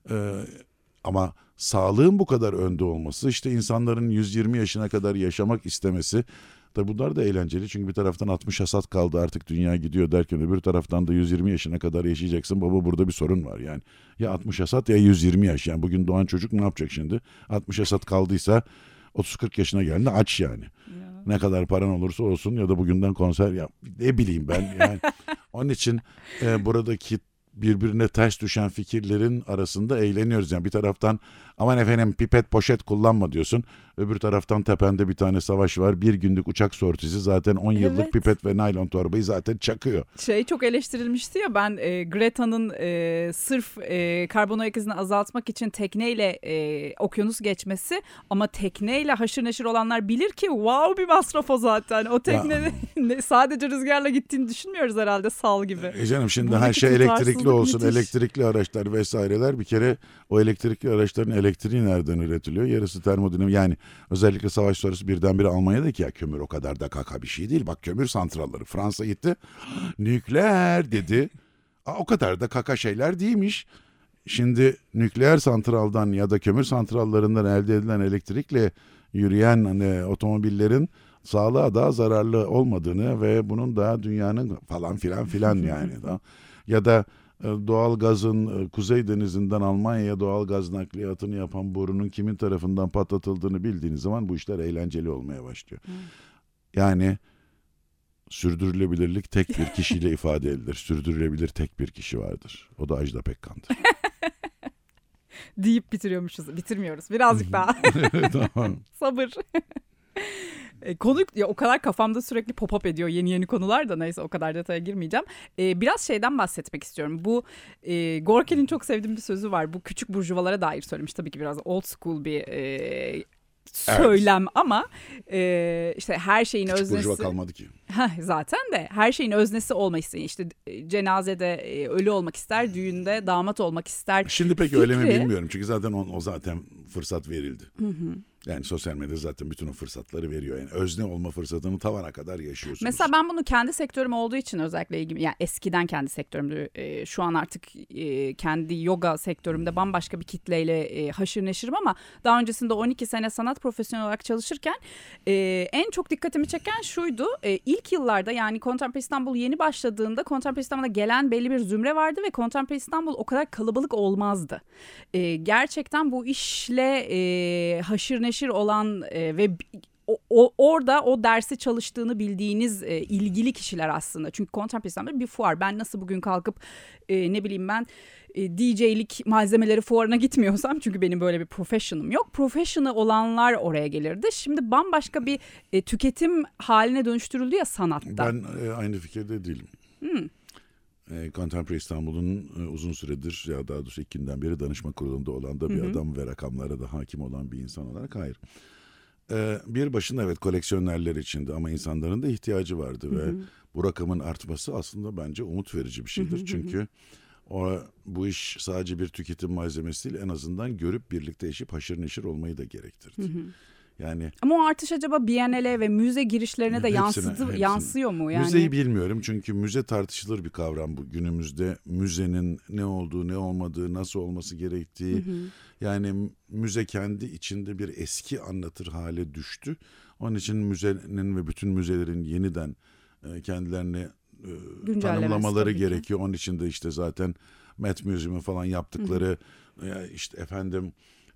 B: Ama sağlığın bu kadar önde olması, işte insanların 120 yaşına kadar yaşamak istemesi, Tabi bunlar da eğlenceli çünkü bir taraftan 60 hasat kaldı artık dünya gidiyor derken öbür taraftan da 120 yaşına kadar yaşayacaksın. Baba burada bir sorun var yani. Ya 60 hasat ya 120 yaş, yani bugün doğan çocuk ne yapacak şimdi? 60 hasat kaldıysa 30-40 yaşına geldiğinde aç yani.
A: Ya.
B: Ne kadar paran olursa olsun ya da bugünden konser yap. Ne bileyim ben yani. Onun için buradaki birbirine ters düşen fikirlerin arasında eğleniyoruz. Yani bir taraftan aman efendim pipet poşet kullanma diyorsun. Öbür taraftan tepende bir tane savaş var. Bir günlük uçak sortisi zaten 10 yıllık
A: Evet.
B: pipet ve naylon torbayı zaten çakıyor.
A: Çok eleştirilmişti ya, ben Greta'nın sırf karbon ayak izini azaltmak için tekneyle okyanus geçmesi, ama tekneyle haşır neşir olanlar bilir ki wow bir masraf o zaten. O tekne sadece rüzgarla gittiğini düşünmüyoruz herhalde, sal gibi.
B: Canım şimdi
A: Buradaki
B: her şey elektrikli
A: tutarsızlık
B: olsun.
A: müthiş.
B: Elektrikli araçlar vesaireler, bir kere o elektrikli araçların elektriği nereden üretiliyor? Yarısı termodinamik. Yani özellikle savaş sonrası birdenbire Almanya'daki ya kömür o kadar da kaka bir şey değil. Bak kömür santralları. Fransa gitti nükleer dedi. O kadar da kaka şeyler değilmiş. Şimdi nükleer santraldan ya da kömür santrallarından elde edilen elektrikle yürüyen otomobillerin sağlığa daha zararlı olmadığını ve bunun da dünyanın falan filan yani. Ya da doğal gazın Kuzey Denizi'nden Almanya'ya doğal gaz nakliyatını yapan borunun kimin tarafından patlatıldığını bildiğiniz zaman bu işler eğlenceli olmaya başlıyor. Yani sürdürülebilirlik tek bir kişiyle ifade edilir. Sürdürülebilir tek bir kişi vardır. O da Ajda Pekkan'dır.
A: Deyip bitiriyormuşuz. Bitirmiyoruz. Birazcık daha.
B: Tamam.
A: Sabır. Konu ya o kadar kafamda sürekli pop-up ediyor yeni konular da, neyse o kadar detaya girmeyeceğim. Biraz şeyden bahsetmek istiyorum. Bu Gorki'nin çok sevdiğim bir sözü var. Bu küçük burjuvalara dair söylemiş. Tabii ki biraz old school bir söylem, evet. Ama işte her şeyin
B: küçük
A: öznesi.
B: Küçük burjuva kalmadı ki.
A: Zaten de her şeyin öznesi olma isteği. İşte cenazede ölü olmak ister, düğünde damat olmak ister.
B: Şimdi peki öyle mi bilmiyorum. Çünkü zaten o zaten fırsat verildi. Yani sosyal medya zaten bütün o fırsatları veriyor. Yani özne olma fırsatını tavana kadar yaşıyorsunuz.
A: Mesela ben bunu kendi sektörüm olduğu için özellikle ilgim, yani eskiden kendi sektörümdü. Şu an artık kendi yoga sektörümde bambaşka bir kitleyle haşır neşirim, ama daha öncesinde 12 sene sanat profesyonel olarak çalışırken en çok dikkatimi çeken şuydu. İlk yıllarda, yani Contemporary İstanbul yeni başladığında Contemporary İstanbul'a gelen belli bir zümre vardı ve Contemporary İstanbul o kadar kalabalık olmazdı. Gerçekten bu işle haşır neşir olan ve orada o dersi çalıştığını bildiğiniz ilgili kişiler aslında. Çünkü Contemporary İstanbul bir fuar. Ben nasıl bugün kalkıp ne bileyim ben DJ'lik malzemeleri fuarına gitmiyorsam, çünkü benim böyle bir profession'ım yok. Professional olanlar oraya gelirdi. Şimdi bambaşka bir tüketim haline dönüştürüldü ya sanatta.
B: Ben aynı fikirde değilim. Contemporary İstanbul'un uzun süredir, ya daha doğrusu ilk günden beri danışma kurulunda olan da bir adam ve rakamlara da hakim olan bir insan olarak hayır. Bir başına evet koleksiyonerler içindi ama insanların da ihtiyacı vardı ve bu rakamın artması aslında bence umut verici bir şeydir. Çünkü bu iş sadece bir tüketim malzemesi değil, en azından görüp birlikte eşip haşır neşir olmayı da gerektirdi. Yani
A: ama o artış acaba Biennale ve müze girişlerine de yansıyor mu? Yani?
B: Müzeyi bilmiyorum çünkü müze tartışılır bir kavram bu günümüzde. Müzenin ne olduğu, ne olmadığı, nasıl olması gerektiği. Yani müze kendi içinde bir eski anlatır hale düştü. Onun için müzenin ve bütün müzelerin yeniden kendilerini tanımlamaları gerekiyor. Onun için de işte zaten Met Museum'un falan yaptıkları işte efendim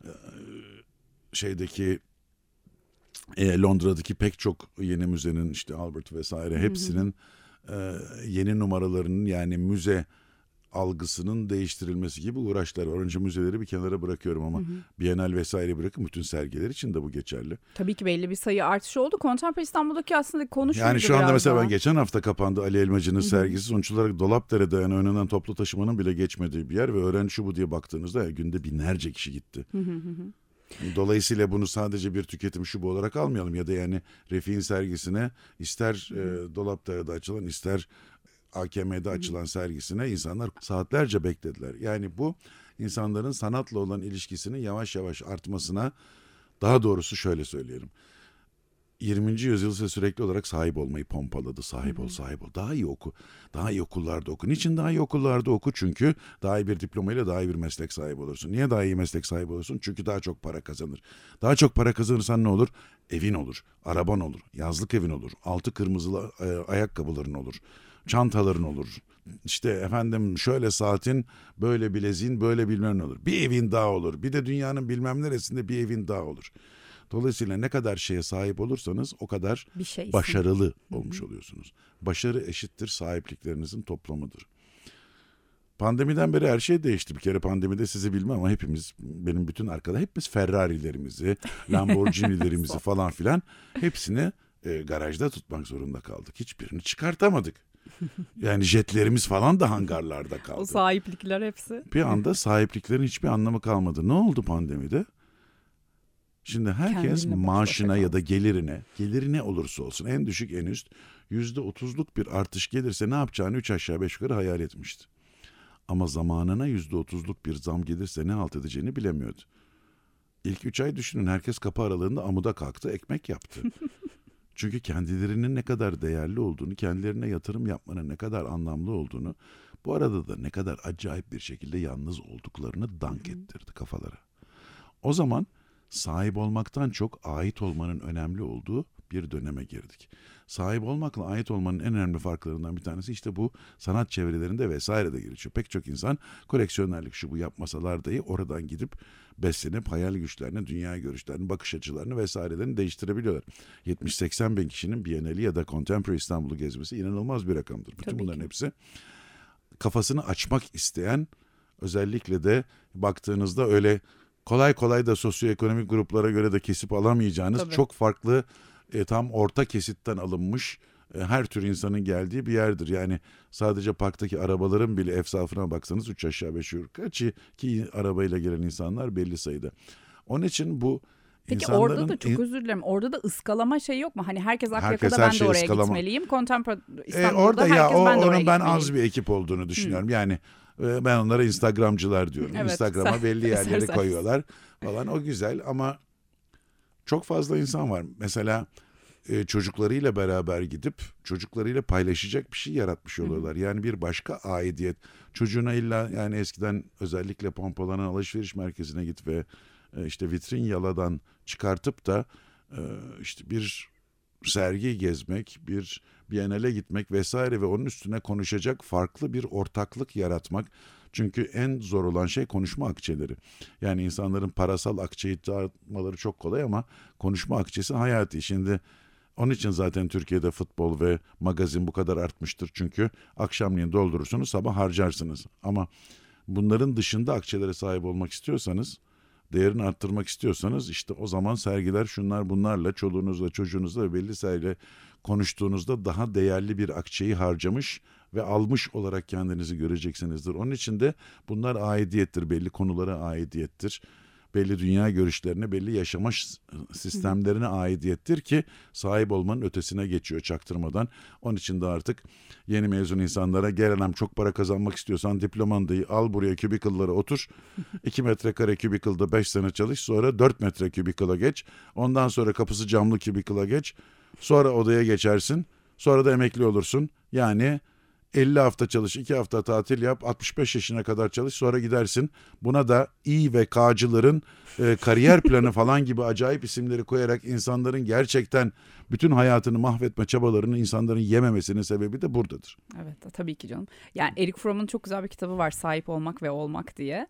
B: şeydeki Londra'daki pek çok yeni müzenin, işte Albert vesaire hepsinin yeni numaralarının, yani müze algısının değiştirilmesi gibi uğraşlar var. Önce müzeleri bir kenara bırakıyorum ama Bienal vesaire bırakın, bütün sergiler için de bu geçerli.
A: Tabii ki belli bir sayı artışı oldu. Contemporary İstanbul'daki aslında konu şuydu.
B: Yani şu anda mesela ben geçen hafta kapandı Ali Elmacı'nın sergisi. Sonuç olarak Dolapdere'de yani önünden toplu taşımanın bile geçmediği bir yer ve öğrenci şu bu diye baktığınızda günde binlerce kişi gitti. Dolayısıyla bunu sadece bir tüketim şu bu olarak almayalım, ya da yani Refik'in sergisine ister Dolapdere'de açılan ister AKM'de açılan sergisine insanlar saatlerce beklediler. Yani bu insanların sanatla olan ilişkisinin yavaş yavaş artmasına, daha doğrusu şöyle söyleyelim. 20. yüzyıl ise sürekli olarak sahip olmayı pompaladı. Sahip ol, sahip ol. Daha iyi oku. Daha iyi okullarda oku. Niçin daha iyi okullarda oku? Çünkü daha iyi bir diplomayla daha iyi bir meslek sahibi olursun. Niye daha iyi meslek sahibi olursun? Çünkü daha çok para kazanır. Daha çok para kazanırsan ne olur? Evin olur, araban olur, yazlık evin olur, altı kırmızılı ayakkabıların olur, çantaların olur. İşte efendim şöyle saatin, böyle bileziğin, böyle bilmem ne olur. Bir evin daha olur. Bir de dünyanın bilmem neresinde bir evin daha olur. Dolayısıyla ne kadar şeye sahip olursanız o kadar başarılı olmuş oluyorsunuz. Başarı eşittir sahipliklerinizin toplamıdır. Pandemiden beri her şey değişti. Bir kere pandemide sizi bilmem ama hepimiz, benim bütün hepimiz Ferrari'lerimizi, Lamborghini'lerimizi falan filan hepsini garajda tutmak zorunda kaldık. Hiçbirini çıkartamadık. Yani jetlerimiz falan da hangarlarda kaldı.
A: O sahiplikler hepsi.
B: Bir anda sahipliklerin hiçbir anlamı kalmadı. Ne oldu pandemide? Şimdi herkes maaşına ya da geliri ne olursa olsun, en düşük en üst %30'luk bir artış gelirse ne yapacağını 3 aşağı 5 yukarı hayal etmişti. Ama zamanına %30'luk bir zam gelirse ne halt edeceğini bilemiyordu. İlk 3 ay düşünün, herkes kapı aralığında amuda kalktı, ekmek yaptı. Çünkü kendilerinin ne kadar değerli olduğunu, kendilerine yatırım yapmanın ne kadar anlamlı olduğunu, bu arada da ne kadar acayip bir şekilde yalnız olduklarını dank ettirdi kafalara. O zaman sahip olmaktan çok ait olmanın önemli olduğu bir döneme girdik. Sahip olmakla ait olmanın en önemli farklarından bir tanesi işte bu sanat çevrelerinde vesaire de gelişiyor. Pek çok insan koleksiyonerlik şu bu yapmasalar dahi oradan gidip beslenip hayal güçlerini, dünya görüşlerini, bakış açılarını vesairelerini değiştirebiliyorlar. 70-80 bin kişinin Biennale ya da Contemporary İstanbul'u gezmesi inanılmaz bir rakamdır. Bütün bunların hepsi kafasını açmak isteyen, özellikle de baktığınızda öyle kolay kolay da sosyoekonomik gruplara göre de kesip alamayacağınız çok farklı tam orta kesitten alınmış her tür insanın geldiği bir yerdir. Yani sadece parktaki arabaların bile efsafına baksanız 3 aşağı 5 yukarı ki arabayla gelen insanlar belli sayıda. Onun için bu
A: Peki orada da çok özür dilerim. Orada da ıskalama şey yok mu? Hani herkes Akyaka'da ben de oraya gitmeliyim. Contemporary İstanbul'da
B: orada
A: herkes ben de oraya gitmeliyim.
B: Ben az bir ekip olduğunu düşünüyorum. Yani ben onlara Instagramcılar diyorum. Evet, Instagram'a belli yerleri koyuyorlar falan. O güzel ama çok fazla insan var. Mesela çocuklarıyla beraber gidip çocuklarıyla paylaşacak bir şey yaratmış oluyorlar. Yani bir başka aidiyet. Çocuğuna illa, yani eskiden özellikle pompalanan alışveriş merkezine git ve işte vitrin yaladan çıkartıp da işte bir sergi gezmek, bir Biennale gitmek vesaire ve onun üstüne konuşacak farklı bir ortaklık yaratmak. Çünkü en zor olan şey konuşma akçeleri. Yani insanların parasal akçeyi dağıtmaları çok kolay ama konuşma akçesi hayati. Şimdi onun için zaten Türkiye'de futbol ve magazin bu kadar artmıştır. Çünkü akşamleyin doldurursunuz, sabah harcarsınız. Ama bunların dışında akçelere sahip olmak istiyorsanız, değerini arttırmak istiyorsanız işte o zaman sergiler, şunlar bunlarla, çoluğunuzla çocuğunuzla ve belli sayıyla konuştuğunuzda daha değerli bir akçeyi harcamış ve almış olarak kendinizi göreceksinizdir. Onun için de bunlar aidiyettir, belli konulara aidiyettir. Belli dünya görüşlerine, belli yaşama sistemlerine aidiyettir ki sahip olmanın ötesine geçiyor çaktırmadan. Onun için de artık yeni mezun insanlara, gel anam çok para kazanmak istiyorsan diplomanı al buraya cubicle'lara otur. 2 metrekare cubicle'da 5 sene çalış, sonra 4 metre cubicle'a geç. Ondan sonra kapısı camlı cubicle'a geç. Sonra odaya geçersin. Sonra da emekli olursun. Yani 50 hafta çalış, 2 hafta tatil yap, 65 yaşına kadar çalış, sonra gidersin. Buna da İ ve K'cıların kariyer planı falan gibi acayip isimleri koyarak insanların gerçekten bütün hayatını mahvetme çabalarını insanların yememesinin sebebi de buradadır.
A: Evet, tabii ki canım. Yani Erich Fromm'un çok güzel bir kitabı var, Sahip Olmak ve Olmak diye.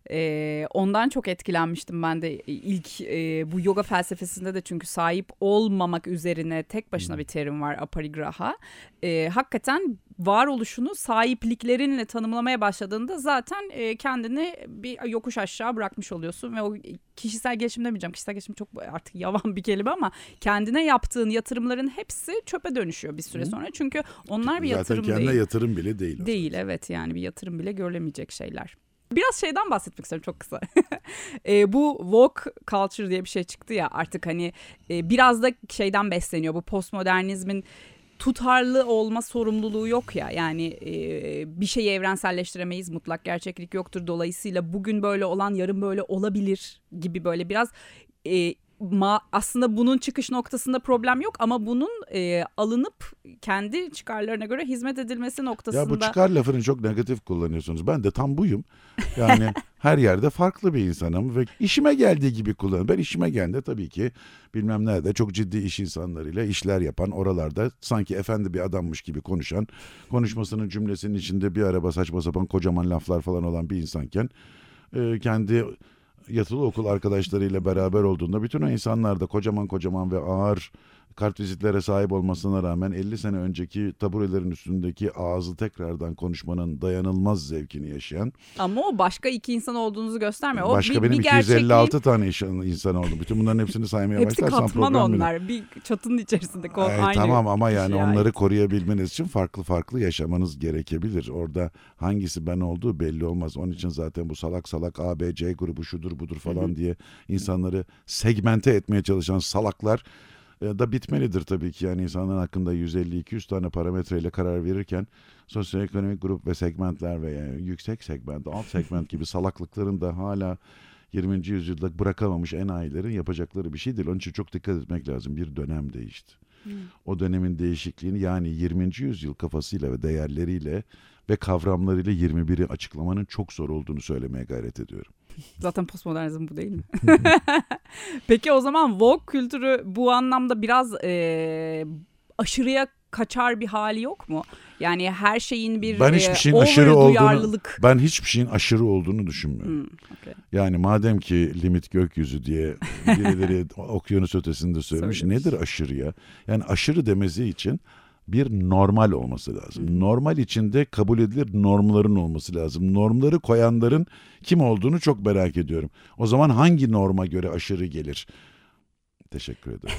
A: Ondan çok etkilenmiştim ben de ilk bu yoga felsefesinde de, çünkü sahip olmamak üzerine tek başına bir terim var, aparigraha. Hakikaten varoluşunu sahipliklerinle tanımlamaya başladığında zaten kendini bir yokuş aşağı bırakmış oluyorsun ve o kişisel gelişim demeyeceğim. Kişisel gelişim çok artık yavan bir kelime ama kendine yaptığın yatırımların hepsi çöpe dönüşüyor bir süre sonra. Çünkü onlar bir yatırım değil.
B: Zaten kendine yatırım bile değil.
A: Değil, evet, yani bir yatırım bile görülemeyecek şeyler. Biraz şeyden bahsetmek istiyorum çok kısa. Bu woke culture diye bir şey çıktı ya artık, hani biraz da şeyden besleniyor. Bu postmodernizmin tutarlı olma sorumluluğu yok ya, yani bir şeyi evrenselleştiremeyiz, mutlak gerçeklik yoktur, dolayısıyla bugün böyle olan yarın böyle olabilir gibi, böyle biraz aslında bunun çıkış noktasında problem yok ama bunun alınıp kendi çıkarlarına göre hizmet edilmesi noktasında.
B: Ya bu çıkar lafını çok negatif kullanıyorsunuz. Ben de tam buyum. Yani her yerde farklı bir insanım ve işime geldiği gibi kullanıyorum. Ben işime geldiğinde tabii ki bilmem nerede çok ciddi iş insanlarıyla işler yapan, oralarda sanki efendi bir adammış gibi konuşan, konuşmasının cümlesinin içinde bir araba saçma sapan kocaman laflar falan olan bir insanken kendi yatılı okul arkadaşlarıyla beraber olduğunda bütün o insanlar da kocaman ve ağır kartvizitlere sahip olmasına rağmen 50 sene önceki taburelerin üstündeki ağzı tekrardan konuşmanın dayanılmaz zevkini yaşayan.
A: Ama o başka iki insan olduğunuzu göstermiyor. O
B: başka benim 256 tane insan oldu. Bütün bunların hepsini saymaya başlarsam problem.
A: Hepsi katman onlar. Bir çatının içerisinde aynı.
B: Tamam ama yani onları
A: ait.
B: Koruyabilmeniz için farklı yaşamanız gerekebilir. Orada hangisi ben olduğu belli olmaz. Onun için zaten bu salak A, B, C grubu şudur budur falan diye insanları segmente etmeye çalışan salaklar da bitmelidir tabii ki. Yani insanların hakkında 150-200 tane parametreyle karar verirken sosyoekonomik grup ve segmentler ve yani yüksek segment, alt segment gibi salaklıkların da hala 20. yüzyılda bırakamamış enayilerin yapacakları bir şey değil. Onun için çok dikkat etmek lazım. Bir dönem değişti. O dönemin değişikliğini yani 20. yüzyıl kafasıyla ve değerleriyle ve kavramlarıyla 21'i açıklamanın çok zor olduğunu söylemeye gayret ediyorum.
A: Zaten postmodernizm bu değil mi? Peki o zaman woke kültürü bu anlamda biraz aşırıya kaçar bir hali yok mu? Yani her şeyin bir duyarlılık.
B: Ben hiçbir şeyin aşırı olduğunu düşünmüyorum.
A: Okay.
B: Yani madem ki limit gökyüzü diye birileri okyanus ötesinde söylemiş, nedir aşırı ya? Yani aşırı demesi için bir normal olması lazım. Normal içinde kabul edilir normların olması lazım. Normları koyanların kim olduğunu çok merak ediyorum. O zaman hangi norma göre aşırı gelir? Teşekkür ederim.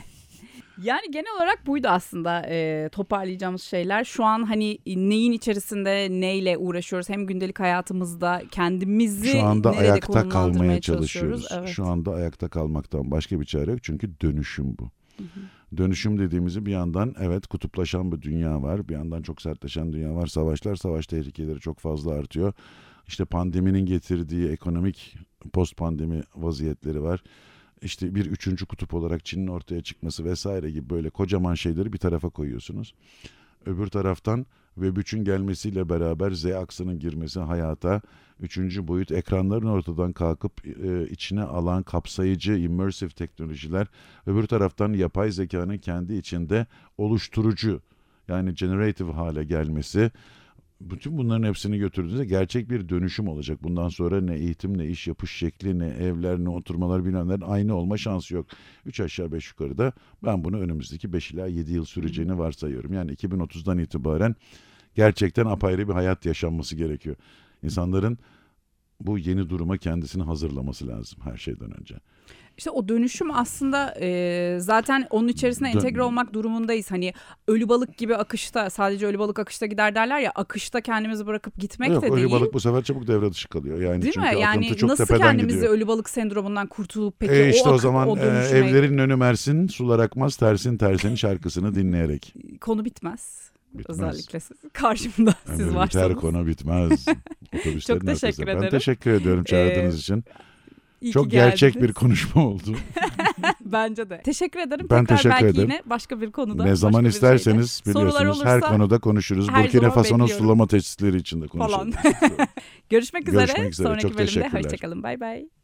A: Yani genel olarak buydu aslında toparlayacağımız şeyler. Şu an hani neyin içerisinde neyle uğraşıyoruz? Hem gündelik hayatımızda kendimizi
B: şu anda
A: nerede
B: ayakta kalmaya
A: çalışıyoruz.
B: Evet. Şu anda ayakta kalmaktan başka bir çare yok. Çünkü dönüşüm bu. Dönüşüm dediğimizi bir yandan evet kutuplaşan bir dünya var. Bir yandan çok sertleşen dünya var. Savaş tehlikeleri çok fazla artıyor. İşte pandeminin getirdiği ekonomik post pandemi vaziyetleri var. İşte bir üçüncü kutup olarak Çin'in ortaya çıkması vesaire gibi böyle kocaman şeyleri bir tarafa koyuyorsunuz. Öbür taraftan Web3'ün gelmesiyle beraber Z aksının girmesi hayata, üçüncü boyut ekranların ortadan kalkıp içine alan kapsayıcı immersive teknolojiler, öbür taraftan yapay zekanın kendi içinde oluşturucu yani generative hale gelmesi, bütün bunların hepsini götürdüğünüzde gerçek bir dönüşüm olacak. Bundan sonra ne eğitim, ne iş yapış şekli, ne evler, ne oturmalar bilmemlerin aynı olma şansı yok. 3 aşağı 5 yukarıda ben bunu önümüzdeki 5 ila 7 yıl süreceğini varsayıyorum. Yani 2030'dan itibaren gerçekten apayrı bir hayat yaşanması gerekiyor. İnsanların bu yeni duruma kendisini hazırlaması lazım her şeyden önce.
A: İşte o dönüşüm aslında zaten onun içerisine entegre olmak durumundayız. Hani ölü balık gibi akışta, sadece ölü balık akışta gider derler ya, akışta kendimizi bırakıp gitmek de değil.
B: Ölü balık bu sefer çabuk devre dışı kalıyor. Yani
A: değil
B: çünkü
A: mi? Yani
B: çok
A: nasıl kendimizi gidiyor. Ölü balık sendromundan kurtulup peki
B: işte o zaman evlerin önü mersin, sular akmaz, tersin şarkısını dinleyerek.
A: Konu bitmez. Özellikle siz karşımda siz varsanız.
B: Biter konu bitmez.
A: Çok teşekkür ederim.
B: Ben teşekkür ediyorum çağırdığınız için.
A: İyi
B: çok gerçek bir konuşma oldu.
A: Bence de. Teşekkür ederim.
B: Ben
A: tekrar
B: teşekkür
A: belki
B: ederim.
A: Yine başka bir konuda.
B: Ne zaman isterseniz biliyorsunuz her konuda konuşuruz. Burkina Faso'nun sulama tesisleri için de konuşuruz.
A: Görüşmek üzere.
B: Görüşmek üzere.
A: Sonraki
B: çok
A: bölümde
B: teşekkürler.
A: hoşçakalın. Bay bay.